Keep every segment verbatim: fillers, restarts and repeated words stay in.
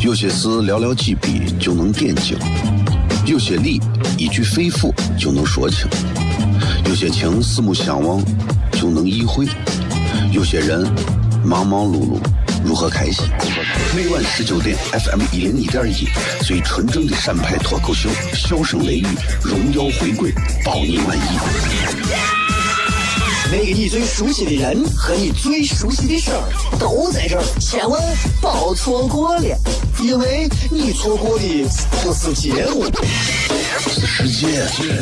有些事寥寥几笔就能点睛，有些理一句肺腑就能说清，有些情四目相望就能意会，有些人忙忙碌碌如何开心。每晚十九点 F M 一零一点一，最纯正的陕派脱口秀，笑声雷雨，荣耀回归，保你满意。 那个你最熟悉的人和你最熟悉的事儿都在这儿，千万别错过了，因为你错过的不是节目， 是世界。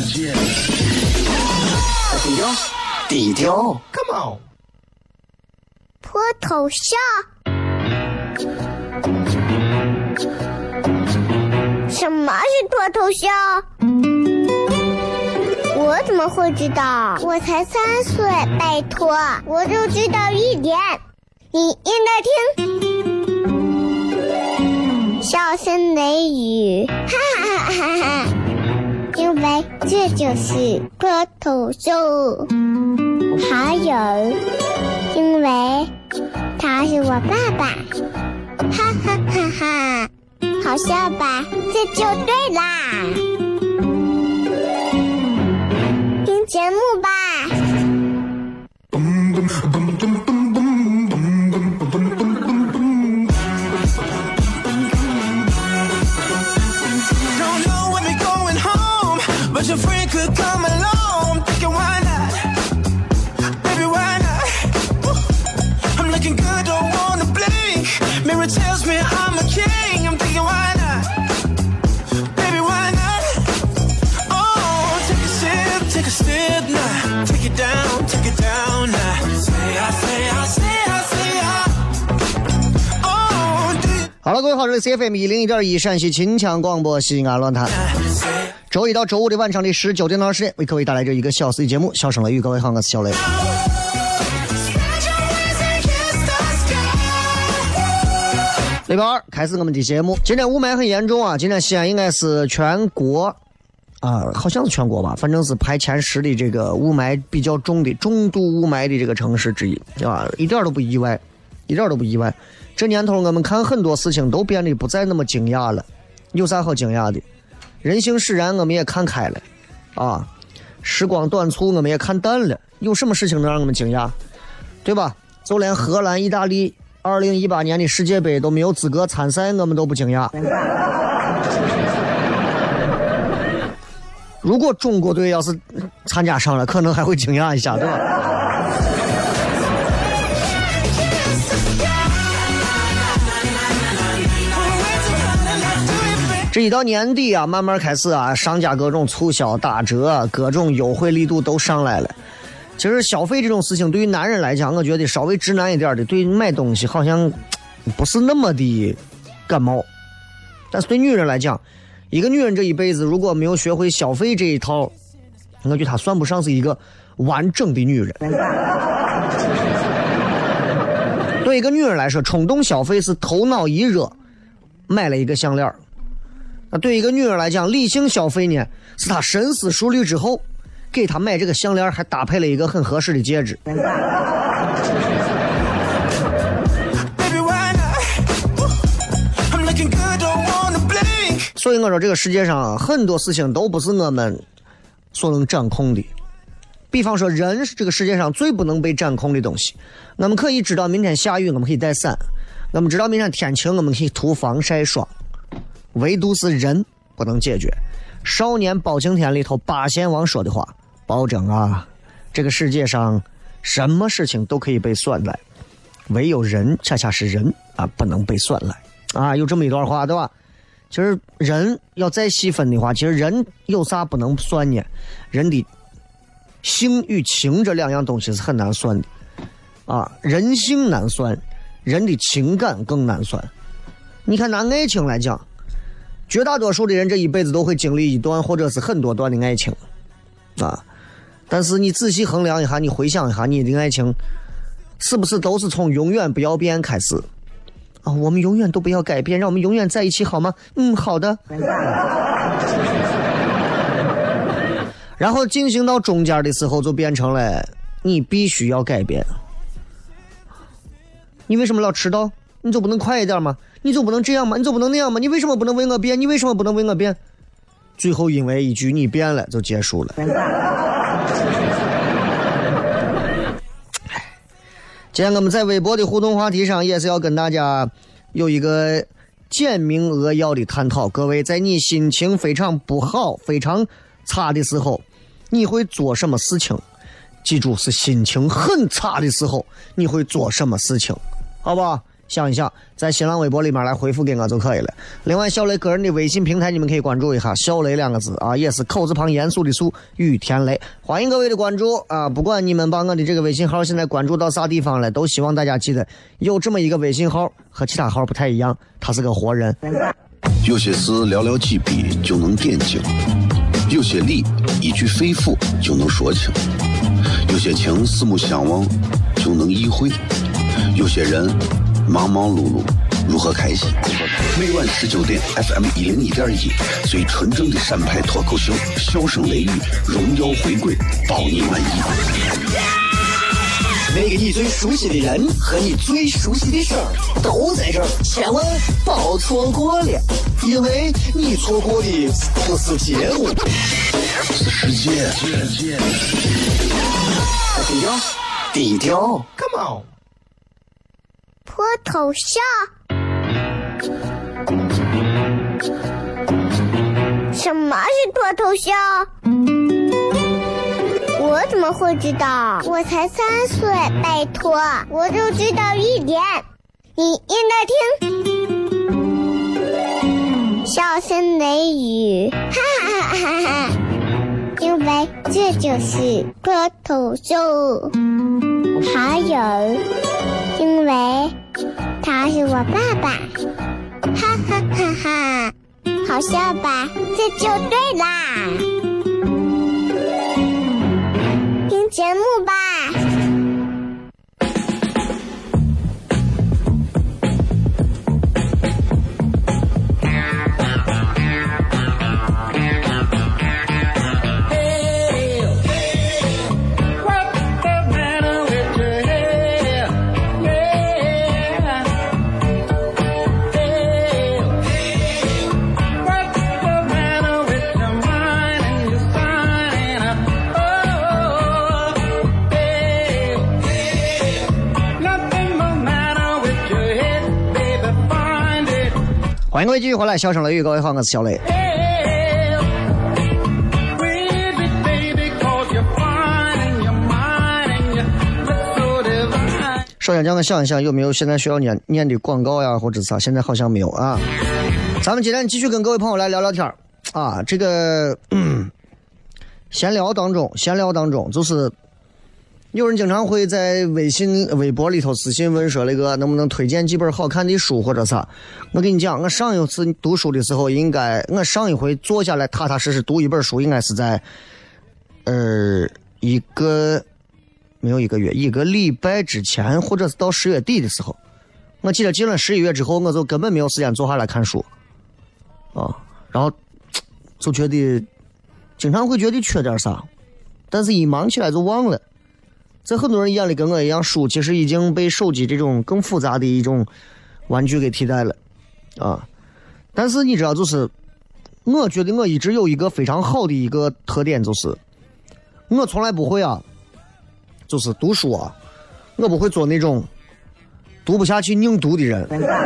低调，低调 ，Come on， 脱头像。什么是脱头像？我怎么会知道？我才三岁，拜托，我就知道一点。你应该听，笑声雷雨，哈哈哈哈哈！因为这就是脱头秀。还有，因为他是我爸爸，哈哈哈哈！好笑吧？这就对啦。节目吧。 好了，各位好，这里是 C F M 一零一点一陕西秦腔广播西安论坛。周一到周五的晚上的十九点到十点，为各位带来这一个小时的节目。笑声雷雨，各位好，我是小雷。礼拜二开始我们的节目。今天雾霾很严重啊，今天西安应该是全国啊，好像是全国吧，反正是排前十的这个雾霾比较重的重度雾霾的这个城市之一，对吧？一点都不意外，一点都不意外。这年头我们看很多事情都变得不再那么惊讶了，有啥好惊讶的？人性使然我们也看开了啊，时光短促我们也看淡了，有什么事情能让我们惊讶？对吧？就连荷兰、意大利二零一八年的世界杯都没有资格参赛，我们都不惊讶。如果中国队要是参加上了，可能还会惊讶一下，对吧？这一到年底啊，慢慢开始啊，商家各种促销打折，各种优惠力度都上来了。其实消费这种事情对于男人来讲，我觉得稍微直男一点的，对买东西好像不是那么的感冒。但是对女人来讲，一个女人这一辈子如果没有学会消费这一套，我觉得她算不上是一个完整的女人。对一个女人来说，冲动消费是头脑一热买了一个项链。那对一个女人来讲，理性消费呢，是她深思熟虑之后给她买这个项链，还搭配了一个很合适的戒指。所以我说这个世界上很多事情都不是我们所能掌控的。比方说人是这个世界上最不能被掌控的东西。我们可以知道明天下雨我们可以带伞，我们知道明天天晴我们可以涂防晒霜，唯独是人不能解决。少年包青天里头八贤王说的话，保证啊，这个世界上什么事情都可以被算来，唯有人恰恰是人啊，不能被算来啊，有这么一段话，对吧？其实人要再细分的话，其实人有啥不能算呢？人的性与情这两样东西是很难算的啊，人性难算，人的情感更难算。你看拿爱情来讲，绝大多数的人这一辈子都会经历一段或者是很多段的爱情啊，但是你仔细衡量一下，你回想一下，你的爱情是不是都是从永远不要变开始啊？我们永远都不要改变，让我们永远在一起好吗？嗯，好的。然后进行到中间的时候，就变成了你必须要改变。你为什么老迟到？你就不能快一点吗？ 你就不能这样吗？你就不能那样吗？你为什么不能为我变？你为什么不能为我变？最后因为一句你变了就结束了。今天我们在微博的互动话题上也是要跟大家有一个简明扼要的探讨。各位，在你心情非常不好非常差的时候，你会做什么事情？记住，是心情很差的时候你会做什么事情，好不好？想一想，在新浪微博里面来回复给我就可以了。另外，小雷个人的微信平台你们可以关注一下，小雷两个字啊，也是口字旁严肃的肃，雨田雷，欢迎各位的关注啊！不管你们把我的这个微信号现在关注到啥地方了，都希望大家记得有这么一个微信号，和其他号不太一样，他是个活人。 有些事寥寥几笔就能点睛，有些理一句肺腑就能说清，有些情四目相望就能意会，有些人忙忙碌碌如何开心？每晚十九点 F M 一零一点一，最纯正的陕派脱口秀，笑声雷雨，荣耀回归，保你满意。 那个你最熟悉的人和你最熟悉的事儿都在这儿，千万别错过了，因为你错过的不是节目， 是世界。 低调，低调 ，Come on。 脱头像，什么是脱头像？我怎么会知道？我才三岁，拜托，我就知道一点。你应该听，笑声雷雨，哈哈哈哈哈！因为这就是脱头秀。还有，因为他是我爸爸，哈哈哈哈！好笑吧？这就对啦。听节目吧。 欢迎各位继续回来，笑声雷雨，各位好，我是小雷。首先讲个想一想，有没有现在需要念念的广告呀，或者啥？现在好像没有啊。咱们今天继续跟各位朋友来聊聊天啊。这个、嗯、闲聊当中，闲聊当中就是有人经常会在微信、微博里头私信问说那个能不能推荐几本好看的书或者啥。我跟你讲，我上一次读书的时候，应该我上一回坐下来踏踏实实读一本书，应该是在呃一个没有一个月一个礼拜之前，或者是到十月底的时候。我记得进了十一月之后，我就根本没有时间坐下来看书啊，然后就觉得经常会觉得缺点啥，但是一忙起来就忘了。在很多人眼里跟我一样，书其实已经被手机这种更复杂的一种玩具给替代了啊。但是你知道，就是我觉得我一直有一个非常好的一个特点，就是我从来不会啊，就是读书啊，我不会做那种读不下去硬读的人，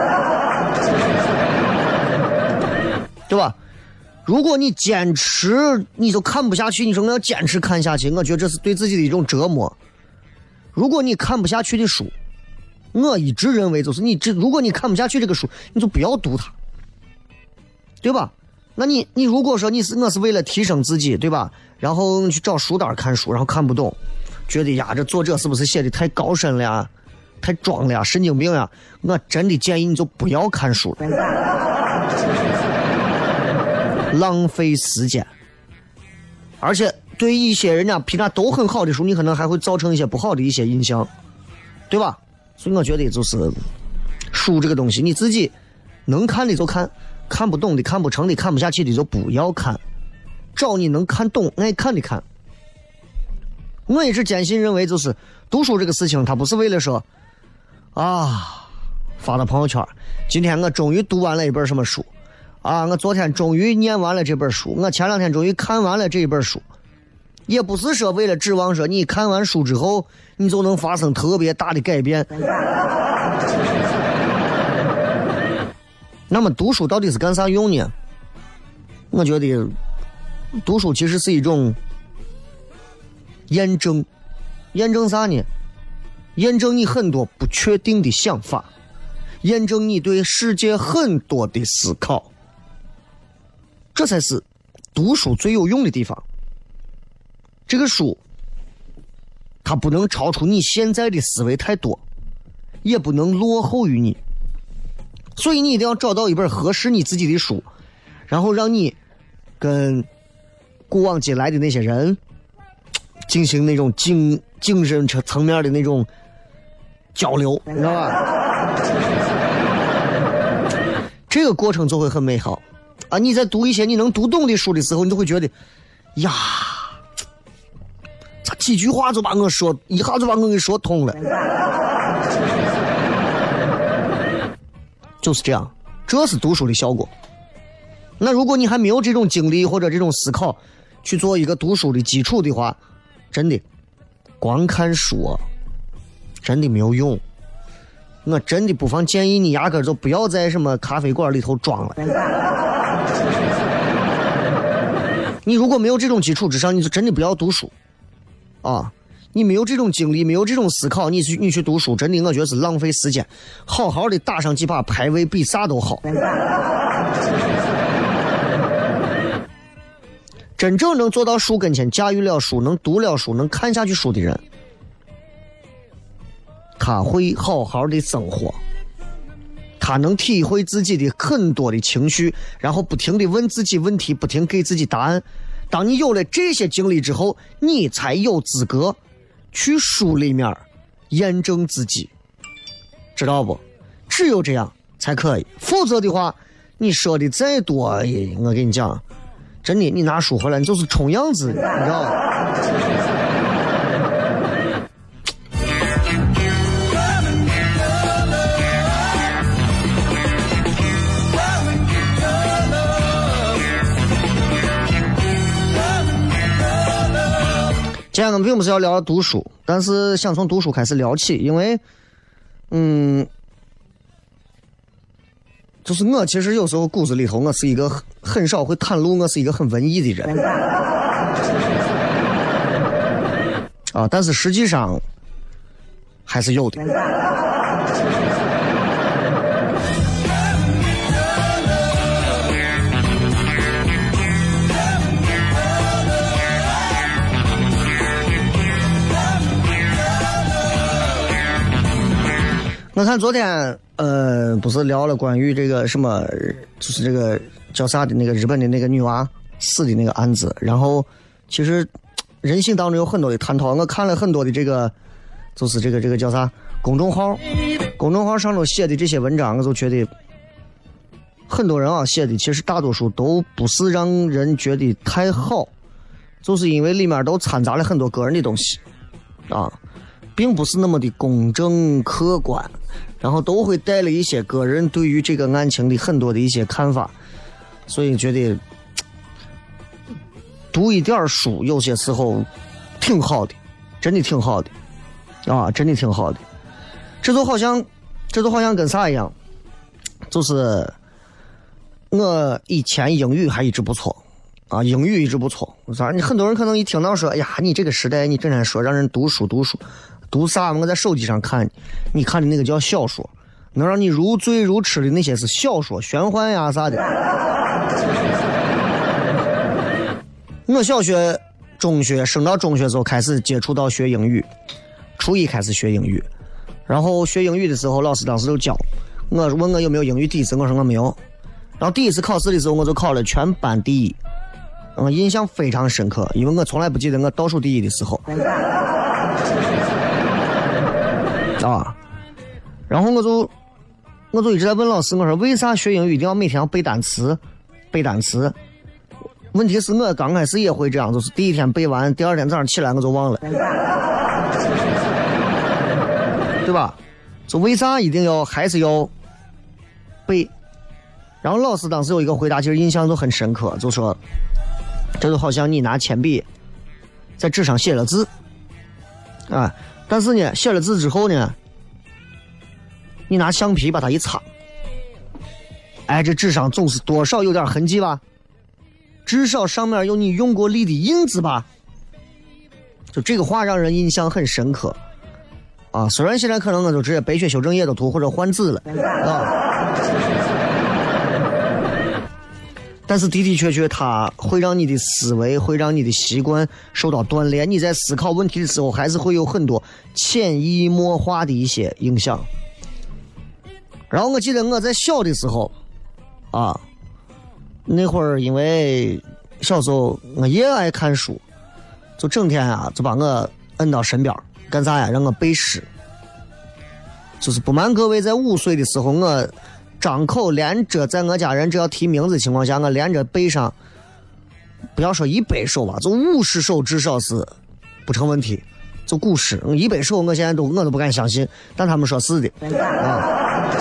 对吧？如果你坚持，你就看不下去，你说我要坚持看下去，我觉得这是对自己的一种折磨。如果你看不下去的书，我一直认为就是你这，如果你看不下去这个书，你就不要读它，对吧？那你你如果说你是我是为了提升自己，对吧？然后你去找书单看书，然后看不懂，觉得呀这作者是不是写的太高深了呀，太装了呀，神经病呀，我真的建议你就不要看书了，浪费时间。而且对一些人家评价都很好的书，你可能还会造成一些不好的一些印象，对吧？所以我觉得就是书这个东西，你自己能看的就看，看不懂的、看不成的、看不下去的就不要看，找你能看懂、爱看的看。我也是坚信认为，就是读书这个事情，它不是为了说啊发到朋友圈，今天我终于读完了一本什么书啊，我昨天终于念完了这本书，我前两天终于看完了这一本书。也不是说为了指望说你看完书之后你就能发生特别大的改变。那么读书到底是干啥用呢？我觉得读书其实是一种验证。验证啥呢？验证你很多不确定的想法，验证你对世界很多的思考，这才是读书最有用的地方。这个书它不能超出你现在的思维太多，也不能落后于你，所以你一定要找到一本合适你自己的书，然后让你跟古往今来的那些人进行那种精精神层面的那种交流，你知道吧？这个过程就会很美好啊！你在读一些你能读懂的书的时候，你就会觉得呀，他几句话就把我说一下就把我给说通了，就是这样，这是读书的效果。那如果你还没有这种经历或者这种思考去做一个读书的基础的话，真的光看书啊真的没有用。我真的不妨建议你压根就不要在什么咖啡馆里头装了。你如果没有这种基础之上，你就真的不要读书啊！你没有这种经历，没有这种思考，你去你去读书，真的我觉得是浪费时间。好好的打上几把排位比啥都好。真正能做到书跟前驾驭了书，能读了书，能看下去书的人，他会好好的生活，他能体会自己的很多的情绪，然后不停的问自己问题，不停给自己答案。当你有了这些经历之后，你才有资格去书里面验证自己，知道不？只有这样才可以，否则的话你说的再多，我跟你讲真的，你拿书回来你就是冲样子，你知道吗？今天我们并不是要聊读书，但是想从读书开始聊起，因为嗯就是我其实有时候骨子里头我是一个很少会袒露我是一个很文艺的人啊，但是实际上还是有的。我看昨天呃不是聊了关于这个什么就是这个叫啥的那个日本的那个女娃死的那个案子，然后其实人性当中有很多的探讨，我看了很多的这个就是这个这个叫啥公众号公众号上头写的这些文章，我就觉得很多人啊写的其实大多数都不是让人觉得太好，就是因为里面都掺杂了很多个人的东西啊，并不是那么的公正客观，然后都会带了一些个人对于这个案情的很多的一些看法，所以觉得读一点书有些时候挺好的，真的挺好的啊，真的挺好的。这都好像这都好像跟啥一样，就是我以前英语还一直不错啊，英语一直不错。啥？你很多人可能一听到说，哎呀，你这个时代你整天说让人读书读书。读啥？我在手机上看，你看的那个叫小说，能让你如醉如痴的那些是小说，玄幻呀啥的。我小学、中学升到中学之后开始接触到学英语，初一开始学英语，然后学英语的时候，老师当时就教我，问我有没有英语底子，我说我没有。然后第一次考试的时候，我就考了全班第一，我印象非常深刻，因为我从来不记得我倒数第一的时候。啊，然后我就我就一直在问老师，我说为啥学英语一定要每天要背单词背单词？问题是我刚开始也会这样，就是第一天背完，第二天早上起来我就忘了，对吧？ 就为啥一定要还是要背？然后老师当时有一个回答，其实印象都很深刻，就说这就好像你拿铅笔在纸上写了字啊，但是呢写了字之后呢，你拿橡皮把它一擦，哎，这纸上总是多少有点痕迹吧，至少上面有你用过力的印子吧。就这个话让人印象很深刻啊！虽然现在可能我就直接白雪修正液都涂或者换字了啊，但是的的确确它会让你的思维，会让你的习惯受到锻炼，你在思考问题的时候还是会有很多潜移默化的一些影响。然后我记得我在小的时候啊，那会儿因为小时候我也爱看书，就整天啊就把我摁到身边干啥呀，让我背诗。就是不瞒各位，在五岁的时候我张口连着在我家人只要提名字的情况下，我连着背上不要说一百首吧，就五十首至少是不成问题。就古诗一百首我现在都我都不敢相信，但他们说是的啊。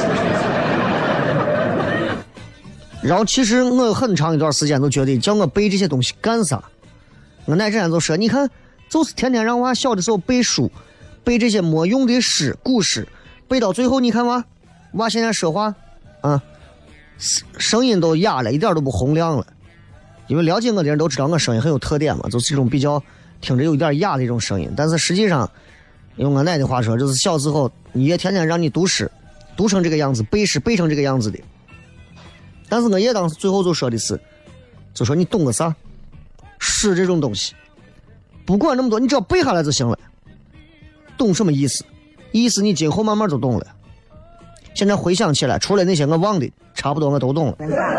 然后其实我有很长一段时间都觉得叫我背这些东西干啥，我那阵就说你看就是天天让娃小的时候背书，背这些没用的诗古诗，背到最后你看娃娃现在说话啊声音都哑了，一点都不洪亮了。因为了解我的人都知道我声音很有特点嘛，就是这种比较听着有点哑的一种声音。但是实际上用我奶的话说，就是小时候你也天天让你读诗读成这个样子，背诗背成这个样子的。但是我爷当时最后就说的是，就说你懂个啥，诗这种东西不管那么多，你只要背下来就行了。懂什么意思？意思你今后慢慢就懂了。现在回想起来，除了那些我忘的，差不多我都懂了，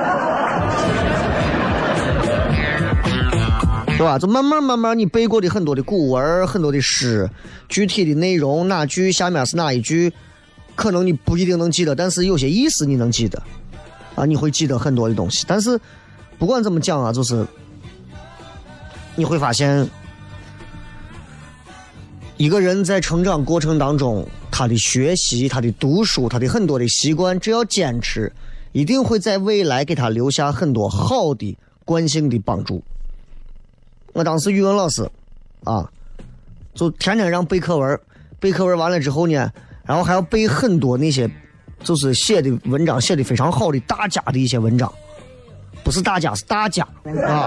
对吧？就慢慢慢慢你背过的很多的古文，很多的诗，具体的内容哪句下面是哪一句，可能你不一定能记得，但是有些意思你能记得啊，你会记得很多的东西。但是不管怎么讲啊，就是你会发现一个人在成长过程当中，他的学习，他的读书，他的很多的习惯，只要坚持，一定会在未来给他留下很多好的惯性的帮助。我当时语文老师啊，就天天让背课文，背课文完了之后呢，然后还要背很多那些就是写的文章写的非常好的大家的一些文章，不是大家是大家啊。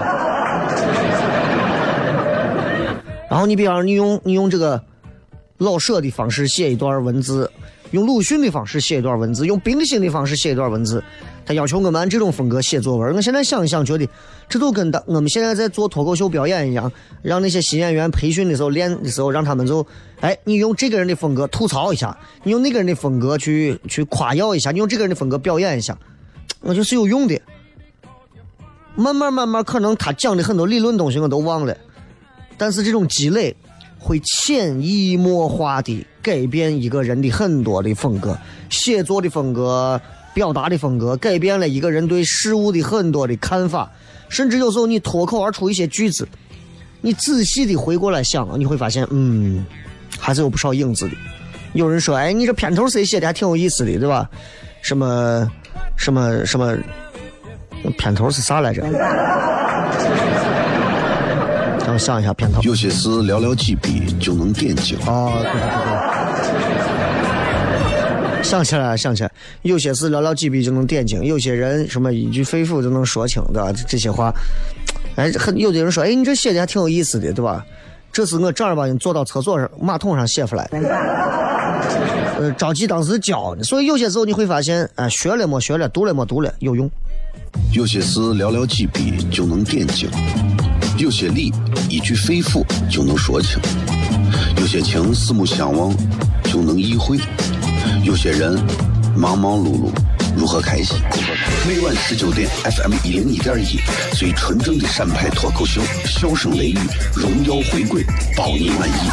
然后你比方你用你用这个老舍的方式写一段文字，用鲁迅的方式写一段文字，用冰心的方式写一段文字，他要求我们按这种风格写作文。我现在想一想，觉得这都跟我们现在在做脱口秀表演一样，让那些新演员培训的时候练的时候，让他们就哎，你用这个人的风格吐槽一下，你用那个人的风格去去夸耀一下，你用这个人的风格表演一下，我觉得是有用的。慢慢慢慢，可能他讲的很多理论东西我都忘了，但是这种积累会潜移默化地改变一个人的很多的风格，写作的风格，表达的风格，改变了一个人对事物的很多的看法。甚至有时候你脱口而出一些句子，你仔细的回过来想，你会发现嗯，还是有不少影子的。有人说哎，你这片头谁写的还挺有意思的，对吧？什么什么什么片头是啥来着？让我想一下片头。 有些事寥寥几笔就能点睛。 哦，对对对，想起来了，想起来，有些事寥寥几笔就能点睛，有些人什么一句肺腑就能说清，对吧？这些话，哎，很有的人说，哎，你这写的还挺有意思的，对吧？这是我正儿八经坐到厕所上马桶上写出来的。呃，着急当时教，所以有些时候你会发现，哎，学了没学了，读了没读了，有用。 有些事寥寥几笔就能点睛，有些理一句肺腑就能说清，有些情四目相望就能意会，有些人忙忙碌碌如何开心。每晚十九点 F M 一零一点一，最纯正的陕派脱口秀，笑声雷雨，荣耀回归，保你满意。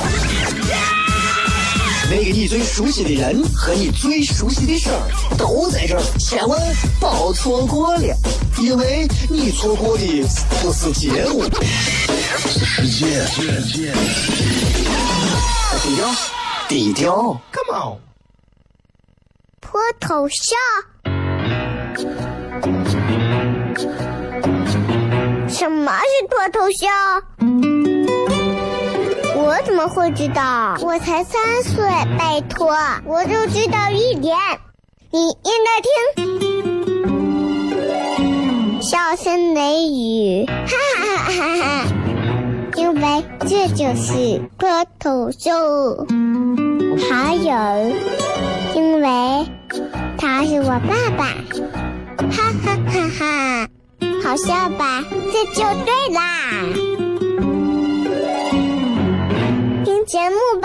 那个你最熟悉的人和你最熟悉的事儿都在这儿，千万别错过了，因为你错过的不是节目， 是世界。 低调，低调 ，Come on。 脱头像？什么是脱头像？我怎么会知道？我才三岁，拜托，我就知道一点。你应该听，笑声雷雨，哈哈哈哈哈！因为这就是脱头秀。还有，因为他是我爸爸，哈哈哈哈！好笑吧？这就对啦。听节目吧。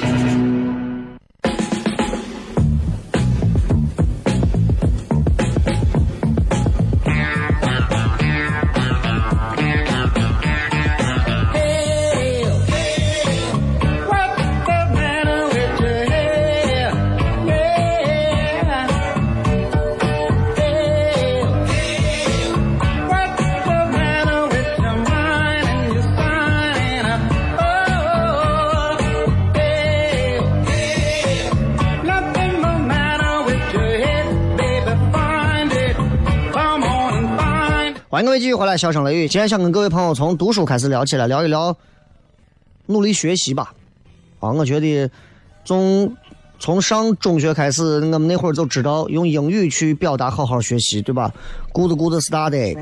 欢迎各位继续回来，笑声雷雨。今天想跟各位朋友从读书开始聊起来，聊一聊努力学习吧。啊，我觉得从从上中学开始，我们那会儿就知道用英语去表达好好学习，对吧 ？Good good study。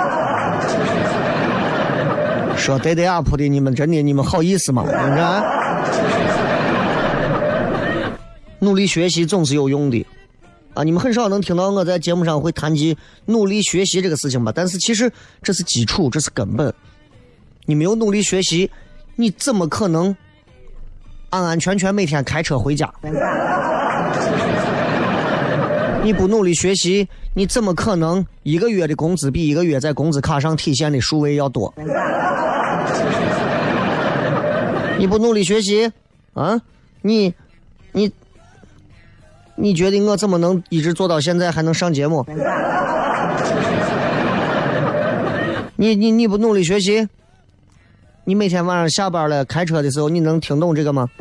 说 day day up 的，你们真的你们好意思吗？你看，努力学习总是有用的。啊，你们很少能听到我在节目上会谈及努力学习这个事情吧？但是其实这是基础，这是根本。你没有努力学习，你怎么可能安安全全每天开车回家？你不努力学习，你怎么可能一个月的工资比一个月在工资卡上体现的数位要多？你不努力学习啊，你你。你觉得我怎么能一直做到现在还能上节目？你你你不努力学习，你每天晚上下班了开车的时候，你能听懂这个吗？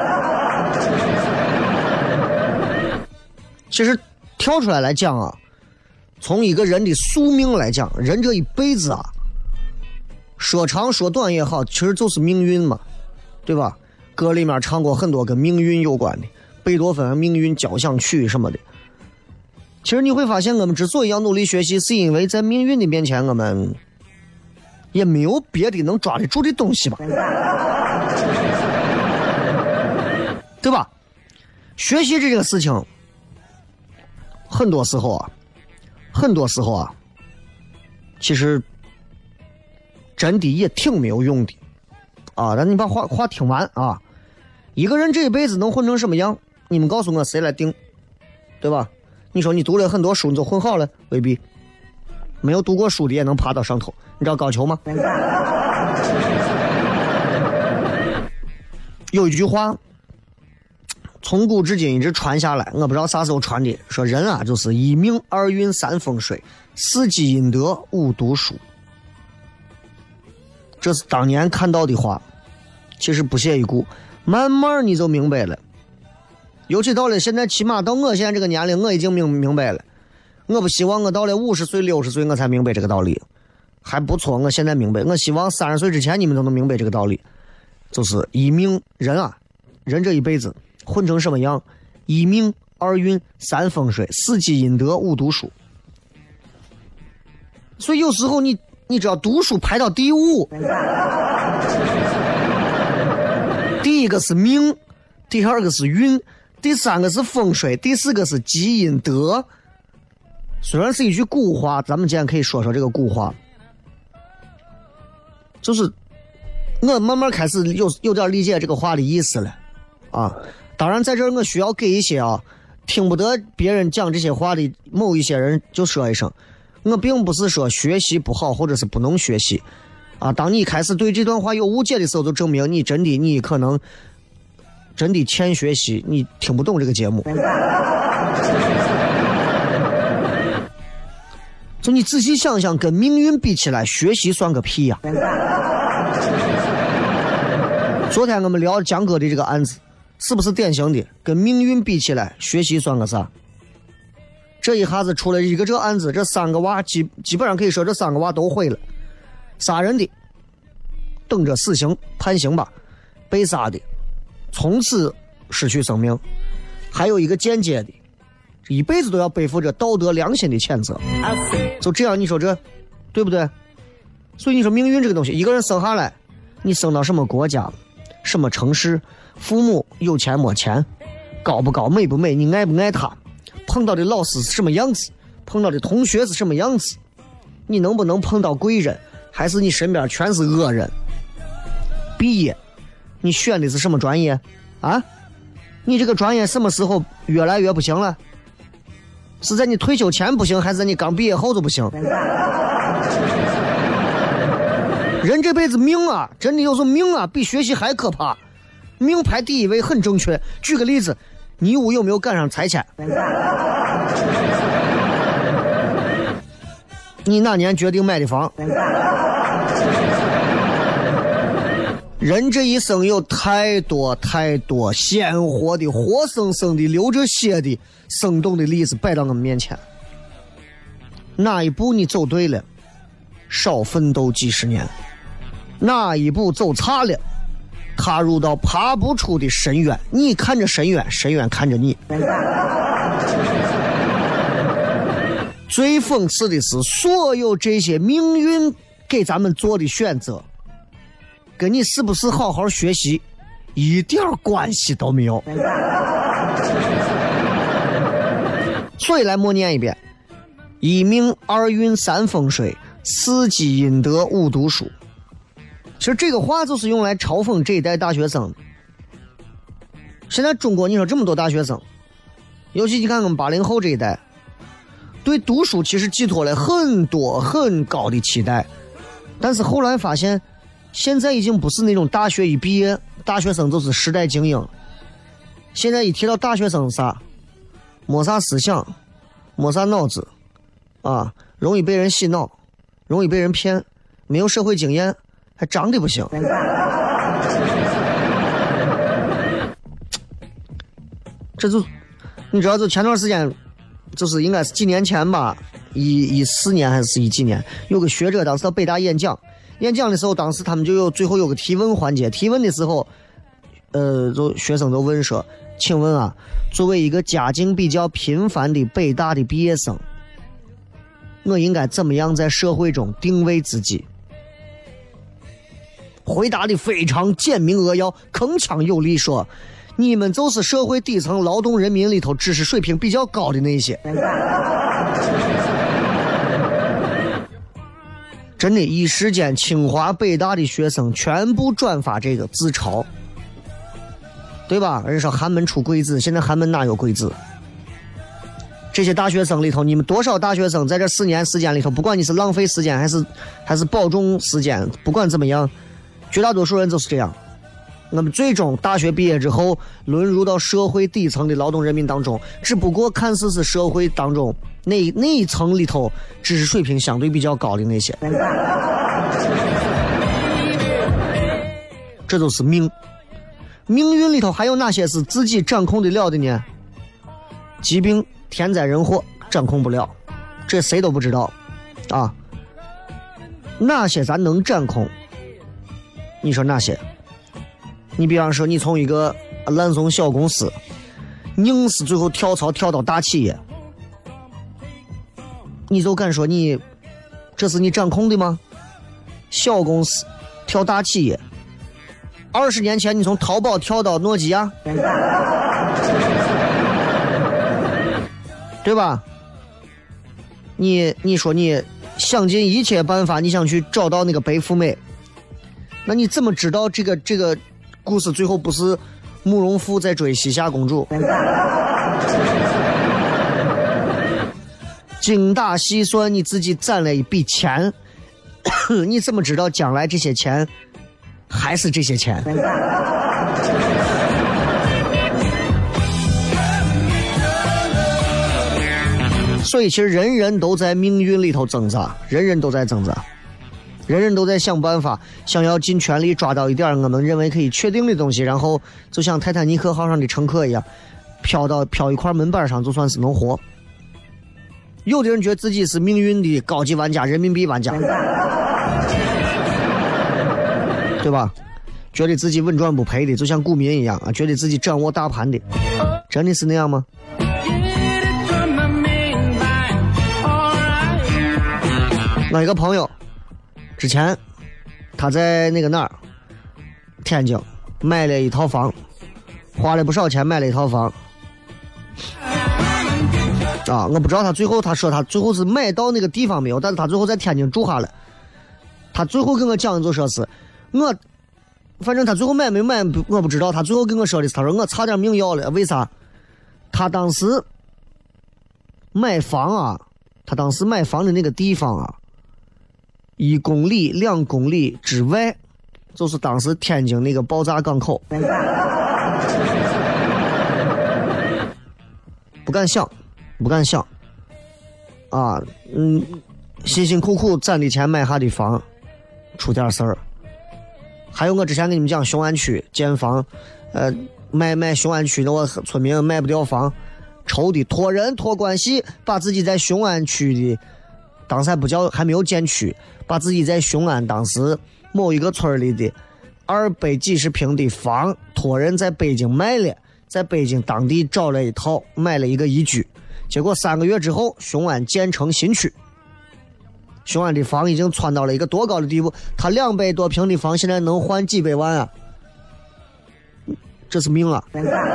其实跳出来来讲啊，从一个人的宿命来讲，人这一辈子啊，说长说短也好，其实就是命运嘛，对吧？歌里面唱过很多跟命运有关的。贝多芬命运交响曲什么的，其实你会发现我们之所以要努力学习，是因为在命运的面前我们也没有别的能抓得住的东西吧，对吧？学习这个事情很多时候啊很多时候啊其实真的也挺没有用的啊。但你把话话听完啊，一个人这一辈子能混成什么样，你们告诉我谁来定，对吧？你说你读了很多书你就混好了，未必。没有读过书的也能爬到上头，你知道高俅吗？有一句话从古至今一直传下来，我不知道啥时候传的，说人啊就是一命二运三风水，四积阴德五读书。这是当年看到的话，其实不屑一顾，慢慢你就明白了。尤其到了现在，起码到我现在这个年龄，我已经明明白了。我不希望我到了五十岁六十岁我才明白这个道理，还不错，我现在明白。我希望三十岁之前你们都能明白这个道理，就是一命，人啊人这一辈子混成什么样，一命二运三风水四积阴德五读书。所以有时候你你只要读书排到第五，第一个是命，第二个是运，第三个是风水，第四个是积阴德。虽然是一句古话，咱们今天可以说说这个古话，就是我慢慢开始有有点理解这个话的意思了啊。当然在这儿我需要给一些啊听不得别人讲这些话的某一些人就说一声，我并不是说学习不好或者是不能学习啊。当你开始对这段话有误解的时候，就证明你真的你可能真的欠学习，你听不懂这个节目。就你仔细想想，跟命运比起来，学习算个屁呀、啊！昨天我们聊江哥的这个案子，是不是典型的？跟命运比起来，学习算个啥？ 这一下子出了一个这案子，这三个娃基基本上可以说这三个娃都毁了。杀人的等着死刑判刑吧，被杀的从此失去生命，还有一个间接的这一辈子都要背负着道德良心的谴责。就这样，你说这对不对？所以你说命运这个东西，一个人生下来，你生到什么国家什么城市，父母有钱没钱，高不高美不美，你爱不爱他，碰到的老师是什么样子，碰到的同学是什么样子，你能不能碰到贵人，还是你身边全是恶人。毕业你选的是什么专业啊？你这个专业什么时候越来越不行了？是在你退休前不行，还是在你刚毕业后就不行？人这辈子命啊，真的有时候命啊比学习还可怕，命排第一位很正确。举个例子，你我有没有赶上拆迁？你哪年决定买的房？人这一生有太多太多鲜活的活生生的流着血的生动的例子摆到我们面前，哪一步你走对了，少奋斗几十年，哪一步走差了，踏入到爬不出的深渊，你看着深渊，深渊看着你。最讽刺的是，所有这些命运给咱们做的选择跟你是不是好好学习一点关系都没有。所以来默念一遍：一命二运三风水，四积阴德五读书。其实这个话就是用来嘲讽这一代大学生。现在中国你说这么多大学生，尤其你看我们八零后这一代，对读书其实寄托了很多很高的期待，但是后来发现现在已经不是那种大学一毕业大学生就是时代精英。现在一提到大学生啥，没啥思想，没啥脑子啊，容易被人洗脑，容易被人骗，没有社会经验，还长得不行。这就你知道，就前段时间，就是应该是几年前吧，一一四年还是一几年，有个学者当时到北大演讲，演讲的时候，当时他们就有最后有个提问环节，提问的时候，呃，就学生都问说，请问啊，作为一个家境比较贫乏的北大的毕业生，我应该怎么样在社会中定位自己？回答的非常简明扼要，铿锵有力，说你们就是社会底层劳动人民里头知识水平比较高的那些。真的，一时间清华北大的学生全部转发这个自嘲，对吧？人说寒门出贵子，现在寒门哪有贵子？这些大学生里头，你们多少大学生在这四年时间里头，不管你是浪费时间还是还是保重时间，不管怎么样，绝大多数人就是这样。那么最终大学毕业之后沦入到社会底层的劳动人民当中，只不过看似是社会当中那那一层里头知识水平相对比较高的那些。这都是命。命运里头还有哪些是自己掌控得了的呢？疾病、天灾人祸掌控不了，这谁都不知道啊。哪些咱能掌控？你说哪些？你比方说，你从一个烂怂小公司硬是最后跳槽跳到大企业，你就敢说你这是你掌控的吗？小公司跳大企业，二十年前你从淘宝跳到诺基亚，对吧？你你说你想尽一切办法，你想去找到那个白富美，那你怎么知道这个这个故事最后不是慕容复在追西夏公主？精打细算，你自己攒了一笔钱，你怎么知道将来这些钱还是这些钱？所以其实人人都在命运里头挣扎，人人都在挣扎，人人都在想办法，想要尽全力抓到一点我们认为可以确定的东西，然后就像泰坦尼克号上的乘客一样，飘到飘一块门板上，就算是能活。 有的人觉得自己是命运的高级玩家，人民币玩家，对吧？觉得自己稳赚不赔的，就像股民一样啊，觉得自己掌握大盘的，真的是那样吗？我一个朋友，之前他在那个哪儿，天津买了一套房，花了不少钱买了一套房。啊，我不知道他最后他说他最后是买到那个地方没有，但是他最后在天津住下了。他最后跟我讲就说是我，反正他最后买没买我不知道，他最后跟我说的是他说我差点命要了，为啥？他当时买房啊，他当时买房的那个地方啊，一公里两公里之外就是当时天津那个爆炸港口。不敢想不敢想啊，嗯，辛辛苦苦攒的钱买下的房出点事儿。还有我之前跟你们讲雄安区建房，呃，卖卖雄安区的我村民卖不掉房，抽的托人托关系，把自己在雄安区的当时还不叫还没有建区，把自己在雄安当时某一个村里的二百几十平的房托人在北京卖了，在北京当地找了一套，买了一个一居，结果三个月之后雄安建成新区，雄安的房已经窜到了一个多高的地步，他两百多平的房现在能换几百万啊，这是命啊，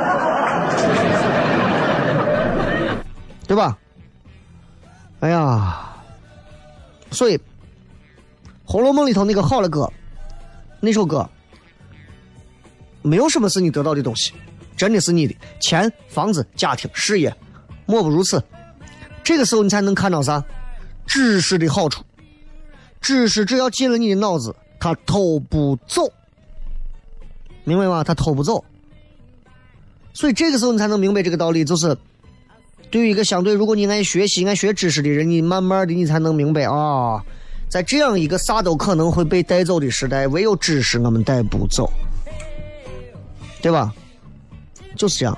对吧？哎呀，所以《红楼梦》里头那个好的歌，那首歌没有什么是你得到的东西，真的是你的钱、房子、家庭、事业，莫不如此。这个时候你才能看到啥？知识的好处。知识只要进了你的脑子，它偷不走，明白吗？它偷不走。所以这个时候你才能明白这个道理，就是对于一个相对如果你爱学习爱学知识的人，你慢慢的你才能明白啊，在这样一个啥都可能会被带走的时代，唯有知识我们带不走，对吧？就是这样。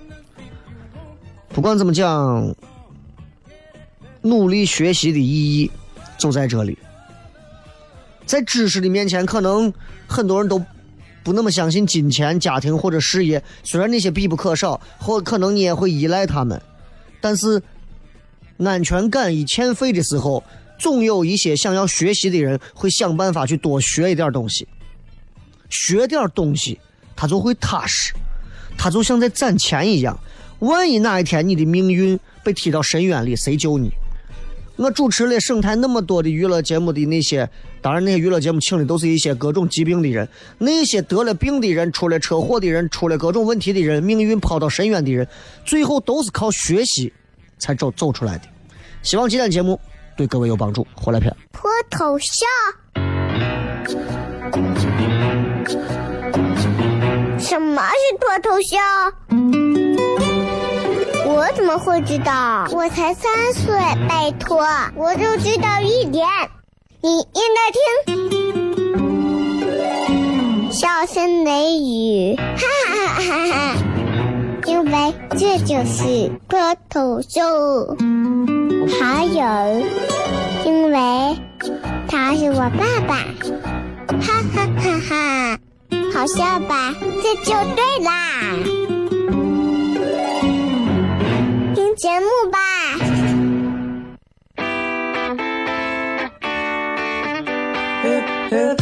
不管怎么讲，努力学习的意义就在这里。在知识的面前，可能很多人都不那么相信金钱、家庭或者事业，虽然那些必不可少，或可能你也会依赖他们，但是安全感一欠费的时候，总有一些想要学习的人会想办法去多学一点东西，学点东西他就会踏实，他就像在攒钱一样，万一哪一天你的命运被踢到深渊里，谁救你？我主持了省台那么多的娱乐节目的那些，当然那些娱乐节目请的都是一些各种疾病的人，那些得了病的人，出了车祸的人，出了各种问题的人，命运抛到深渊的人，最后都是靠学习才走走出来的。希望今天节目对各位有帮助，回来片脱头像什么是脱头像？我怎么会知道？我才三岁，拜托，我就知道一点。你应该听，笑声雷雨，哈哈哈哈哈！因为这就是脱头秀。还有，因为他是我爸爸，哈哈哈哈！好笑吧？这就对啦。听节目吧。Hip, hip.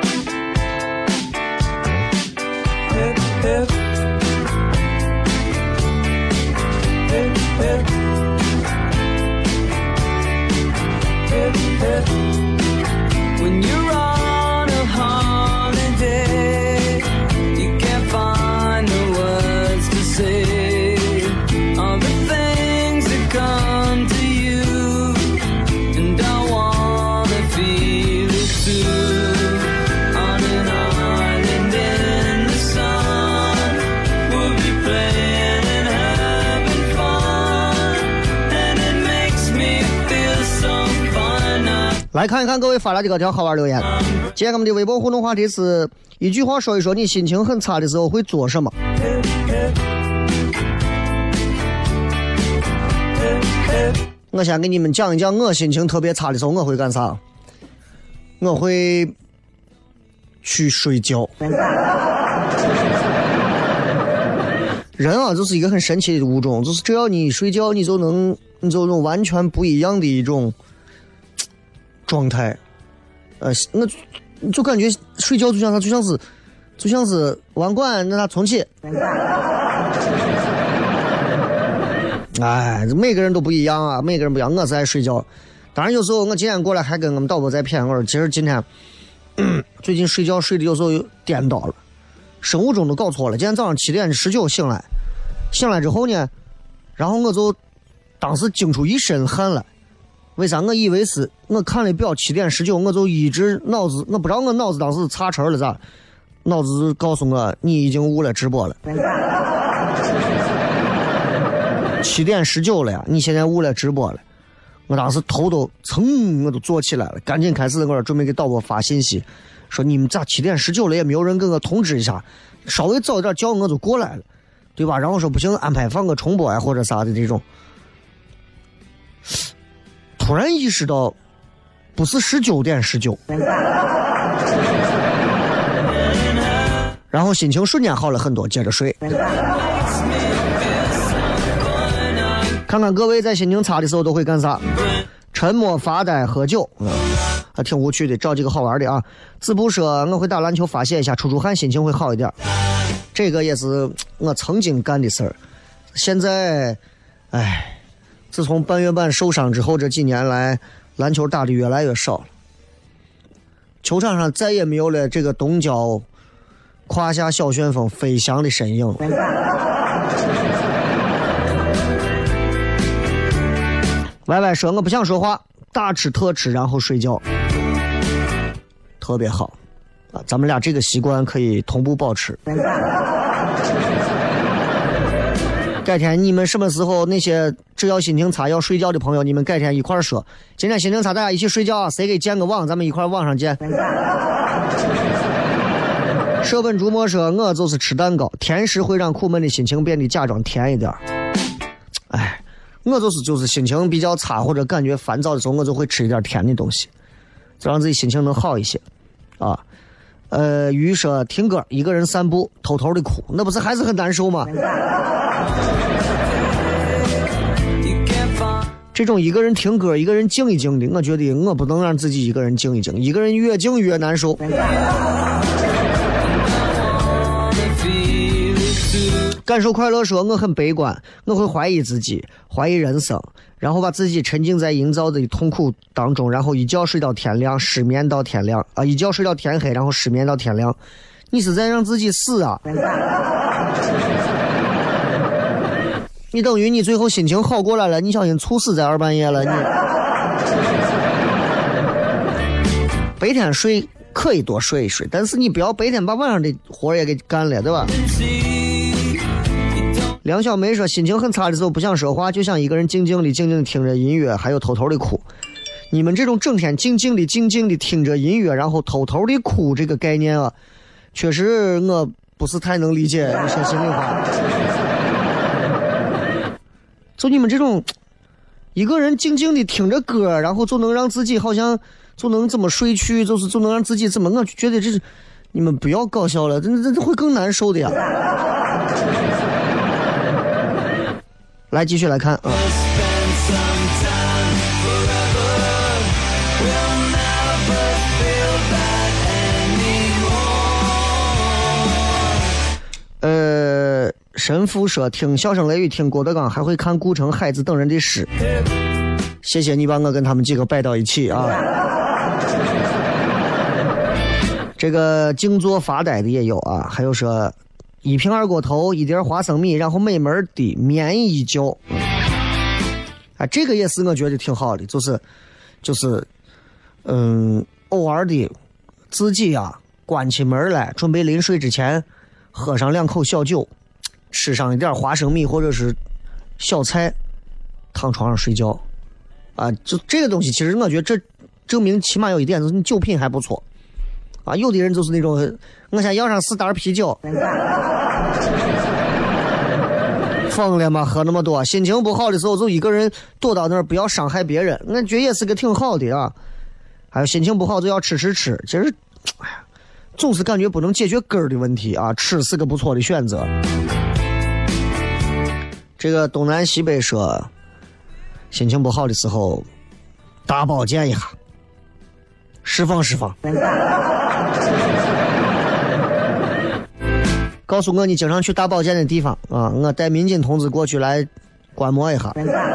Hip, hip. Hip, hip. Hip, hip. When you're on a holiday, you can't find the words to say all the things that come to you, and I wanna feel it too. On an island in the sun, we'll be playing and having fun, and it makes me feel so fun. 来看一看各位发来的各条好玩留言。今天我们的微博互动话题是一句话说一说你心情很差的时候会做什么。 我先给你们讲一讲我心情特别差的时候我会干啥。我会去睡觉。人啊，就是一个很神奇的物种，就是只要你睡觉，你就能，你就能完全不一样的一种状态。呃，我就感觉睡觉就像它，就像是，就像是玩惯，让它重启。哎，每个人都不一样啊，每个人不一样。我是爱睡觉，当然有时候我今天过来还跟我们导播在骗我说，其实今天、嗯、最近睡觉睡的有时候颠倒了。生物钟都搞错了。今天早上七点十九醒来，醒来之后呢，然后我就当时惊出一身汗来。为啥？我以为是我看了表七点十九，我就一直脑子，我不知道我脑子当时擦车了咋，脑子告诉我你已经误了直播了。七点十九了呀，你现在误了直播了。我当时头都噌，我都坐起来了，赶紧开始我准备给导播发信息。说你们咋七点十九了也没有人跟我通知一下，稍微早一点叫我就过来了，对吧？然后说不行，安排放个重播呀或者啥的这种。突然意识到，不是十九点十九，然后心情瞬间好了很多，接着睡。看看各位在心情差的时候都会干啥？沉默、发呆、喝酒。嗯，还挺无趣的，找几个好玩的啊。子布说我会打篮球发泄一下，出出汗心情会好一点，这个也是我曾经干的事儿。现在哎，自从半月板受伤之后，这几年来篮球打的越来越少了，球场上再也没有了这个东郊胯下小旋风飞翔的身影。歪歪说我不想说话，大吃特吃然后睡觉，特别好啊！咱们俩这个习惯可以同步保持。改天你们什么时候那些只要心情差要睡觉的朋友，你们改天一块说，今天心情差大家一起睡觉啊，谁给建个网咱们一块网上见。舍本逐末说我就是吃蛋糕，甜食会让苦闷的心情变得假装甜一点。哎，我就是就是心情比较差或者感觉烦躁的时候，我就会吃一点甜的东西，就让自己心情能好一些啊。呃，鱼说听歌，一个人散步，偷偷的哭，那不是还是很难受吗？这种一个人听歌，一个人静一静的，我觉得我不能让自己一个人静一静，一个人越静越难受。感受快乐说我很悲观，我会怀疑自己，怀疑人生，然后把自己沉浸在营造的痛苦当中，然后一觉睡到天亮，失眠到天亮啊，一觉睡到天黑，然后失眠到天亮。你是在让自己死啊？你等于你最后心情好过来了，你小心猝死在二半夜了。你白天睡可以多睡一睡，但是你不要白天把晚上的活也给干了，对吧？梁小梅说心情很差的时候不想说话，就想一个人静静的静静的听着音乐，还有偷偷的哭。你们这种整天静静的静静的听着音乐然后偷偷的哭这个概念啊，确实我不是太能理解，说心里话。就你们这种一个人静静的听着歌，然后就能让自己好像就能怎么睡去，就是就能让自己怎么，我觉得这是你们不要搞笑了，这这会更难受的呀。来继续来看啊。呃，神父说听笑声雷雨，听郭德纲，还会看顾城、海子等人的诗。谢谢你把我跟他们几个摆到一起啊。这个静坐发呆的也有啊，还有说一瓶二锅头，一碟花生米，然后美门的眠一觉。啊，这个也是我觉得挺好的，就是就是嗯，偶尔的自己啊关起门来，准备临睡之前喝上两口小酒，吃上一点花生米或者是小菜，躺床上睡觉。啊，就这个东西其实我觉得这证明起码有一点就是你酒品还不错。啊，有的人就是那种我想要上四袋啤酒， 疯了吗？喝那么多，心情不好的时候就一个人躲到那儿，不要伤害别人，那觉得也是个挺好的啊。还有心情不好就要吃吃吃，其实，哎呀，总是感觉不能解决根儿的问题啊，吃是个不错的选择。这个东南西北说，心情不好的时候，大保健一下，释放释放。告诉我你经常去大保健的地方啊，我带民警同志过去来观摩一下。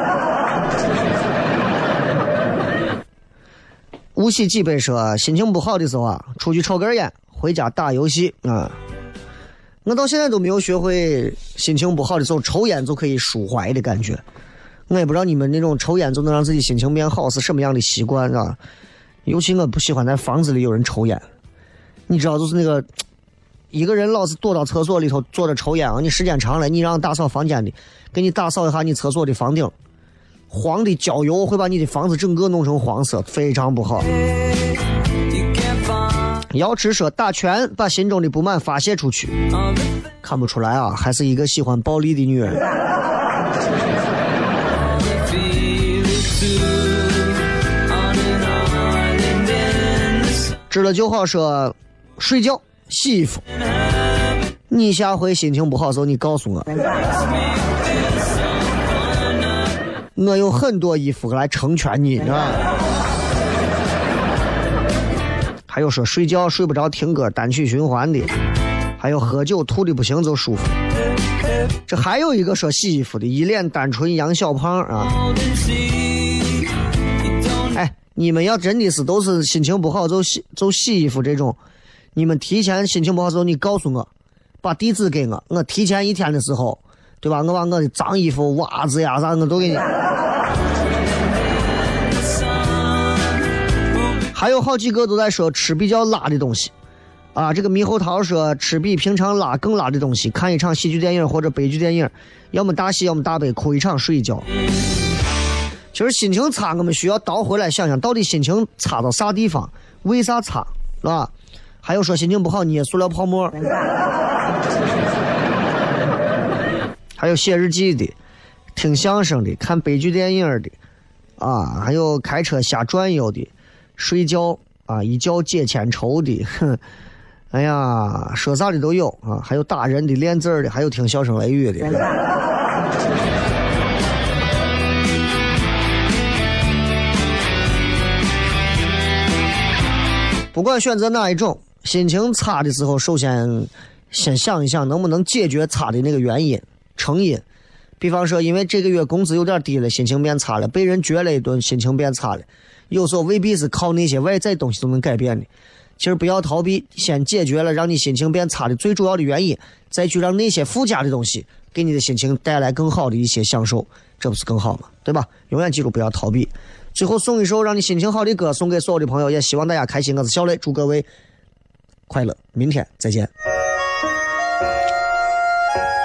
无锡几杯说，心情不好的时候啊，出去抽根烟，回家打游戏啊。我到现在都没有学会心情不好的时候抽烟就可以抒怀的感觉。我也不知道你们那种抽烟就能让自己心情变好是什么样的习惯啊。尤其我不喜欢在房子里有人抽烟，你知道，就是那个一个人老是躲到厕所里头坐着抽烟啊，你时间长了，你让打扫房间的给你打扫一下你厕所的房顶，黄的焦油会把你的房子整个弄成黄色，非常不好。瑶池说，打拳把心中的不满发泄出去，看不出来啊，还是一个喜欢暴力的女人。知了就好说，睡觉洗衣服，你下回心情不好的时候你告诉我，我有很多衣服来成全你啊。还有说睡觉睡不着听歌单曲循环的，还有喝酒吐的不行就舒服。这还有一个说洗衣服的，一脸单纯杨小胖啊。哎，你们要真的是都是心情不好就洗就洗衣服这种，你们提前心情不好的时候你告诉我，把地址给我，我提前一天的时候，对吧，我把我的脏衣服袜子呀啥我都给你。还有好几个都在说吃比较辣的东西啊，这个猕猴桃说吃比平常辣更辣的东西，看一场喜剧电影或者悲剧电影，要么大喜要么大悲，哭一场睡一觉。其实心情差我们需要倒回来想想，到底心情差到啥地方，为啥差，是吧？还有说心情不好捏塑料泡沫，还有写日记的，听相声的，看悲剧电影的啊，还有开车瞎转悠的，睡觉啊一觉解千愁的，哼，哎呀，说啥的都有啊，还有打人的、练字的，还有听笑声雷雨的。不管选择哪一种，心情差的时候，首先先想一想能不能解决差的那个原因、成因。比方说，因为这个月工资有点低了，心情变差了；被人撅了一顿，心情变差了。有时候未必是靠那些外在东西都能改变的。其实不要逃避，先解决了让你心情变差的最主要的原因，再去让那些附加的东西给你的心情带来更好的一些享受，这不是更好吗？对吧？永远记住不要逃避。最后送一首让你心情好的歌送给所有的朋友，也希望大家开心。我是小雷，祝各位快乐，明天再见。